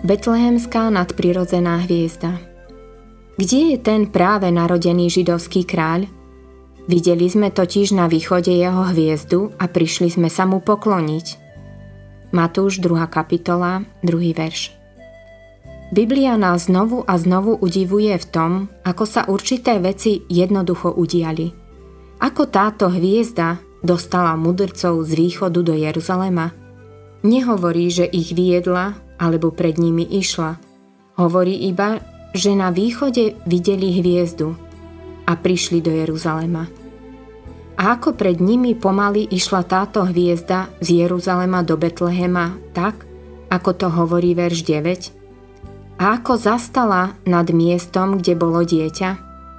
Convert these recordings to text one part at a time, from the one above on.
Betlehemská nadprirodzená hviezda. Kde je ten práve narodený židovský kráľ? Videli sme totiž na východe jeho hviezdu a prišli sme sa mu pokloniť. Matúš 2. kapitola, 2. verš. Biblia nás znovu a znovu udivuje v tom, ako sa určité veci jednoducho udiali. Ako táto hviezda dostala mudrcov z východu do Jeruzalema. Nehovorí, že ich viedla alebo pred nimi išla. Hovorí iba, že na východe videli hviezdu a prišli do Jeruzalema. A ako pred nimi pomaly išla táto hviezda z Jeruzalema do Betlehema tak, ako to hovorí verš 9? A ako zastala nad miestom, kde bolo dieťa?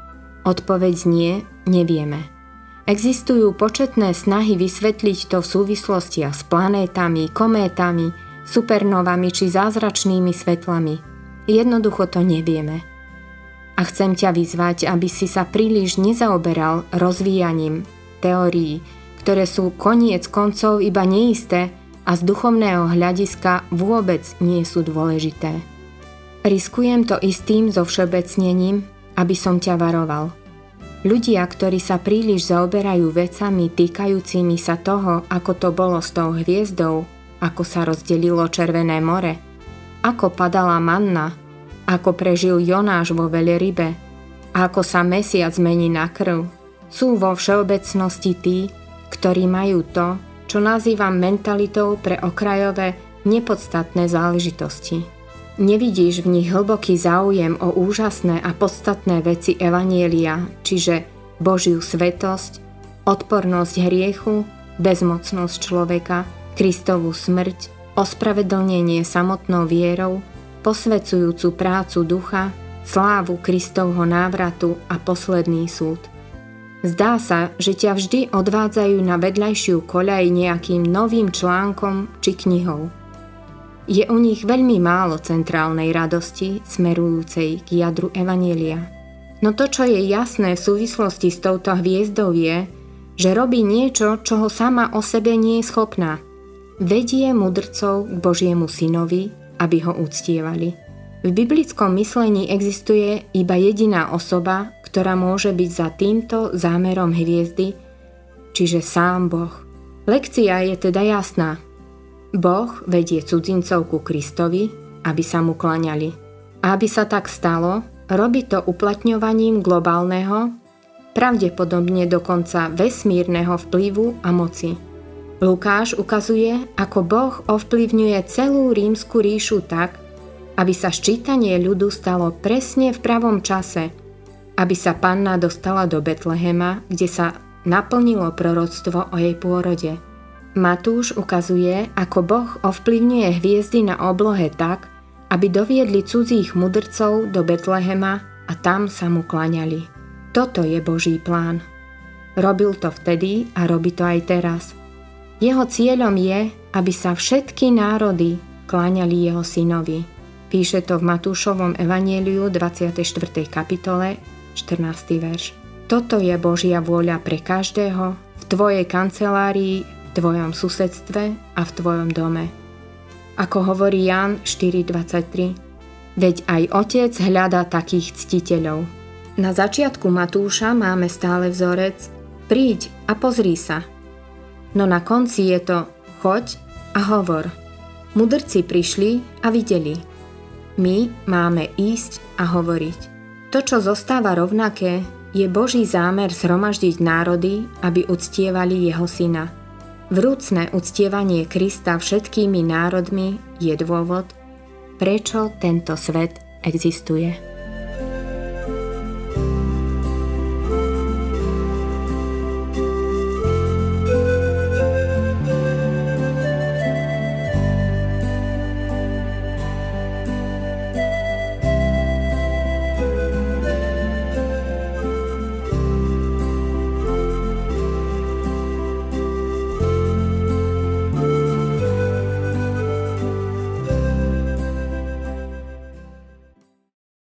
Odpoveď znie, nevieme. Existujú početné snahy vysvetliť to v súvislostiach s planétami, kométami, supernovami či zázračnými svetlami. Jednoducho to nevieme. A chcem ťa vyzvať, aby si sa príliš nezaoberal rozvíjaním teórií, ktoré sú koniec koncov iba neisté a z duchovného hľadiska vôbec nie sú dôležité. Riskujem to istým zovšeobecnením, aby som ťa varoval. Ľudia, ktorí sa príliš zaoberajú vecami týkajúcimi sa toho, ako to bolo s tou hviezdou, ako sa rozdelilo Červené more, ako padala manna, ako prežil Jonáš vo veľrybe a ako sa mesiac mení na krv, sú vo všeobecnosti tí, ktorí majú to, čo nazývam mentalitou pre okrajové, nepodstatné záležitosti. Nevidíš v nich hlboký záujem o úžasné a podstatné veci evanjelia, čiže Božiu svetosť, odpornosť hriechu, bezmocnosť človeka, Kristovu smrť, ospravedlnenie samotnou vierou, posvedzujúcu prácu ducha, slávu Kristovho návratu a posledný súd. Zdá sa, že ťa vždy odvádzajú na vedľajšiu koľaj nejakým novým článkom či knihou. Je u nich veľmi málo centrálnej radosti smerujúcej k jadru evanjelia. No to, čo je jasné v súvislosti s touto hviezdou je, že robí niečo, čoho sama o sebe nie je schopná. Vedie mudrcov k Božiemu synovi, aby ho uctievali. V biblickom myslení existuje iba jediná osoba, ktorá môže byť za týmto zámerom hviezdy, čiže sám Boh. Lekcia je teda jasná. Boh vedie cudzincov ku Kristovi, aby sa mu klaňali. A aby sa tak stalo, robí to uplatňovaním globálneho, pravdepodobne dokonca vesmírneho vplyvu a moci. Lukáš ukazuje, ako Boh ovplyvňuje celú rímsku ríšu tak, aby sa ščítanie ľudu stalo presne v pravom čase, aby sa panna dostala do Betlehema, kde sa naplnilo proroctvo o jej pôrode. Matúš ukazuje, ako Boh ovplyvňuje hviezdy na oblohe tak, aby doviedli cudzích mudrcov do Betlehema a tam sa mu klaňali. Toto je Boží plán. Robil to vtedy a robí to aj teraz. Jeho cieľom je, aby sa všetky národy kláňali jeho synovi. Píše to v Matúšovom evanjeliu 24. kapitole 14. verš. Toto je Božia vôľa pre každého v tvojej kancelárii, v tvojom susedstve a v tvojom dome. Ako hovorí Ján 4.23, veď aj Otec hľadá takých ctiteľov. Na začiatku Matúša máme stále vzorec príď a pozri sa. No na konci je to choď a hovor. Mudrci prišli a videli. My máme ísť a hovoriť. To, čo zostáva rovnaké, je Boží zámer zhromaždiť národy, aby uctievali jeho syna. Vrúcne uctievanie Krista všetkými národmi je dôvod, prečo tento svet existuje.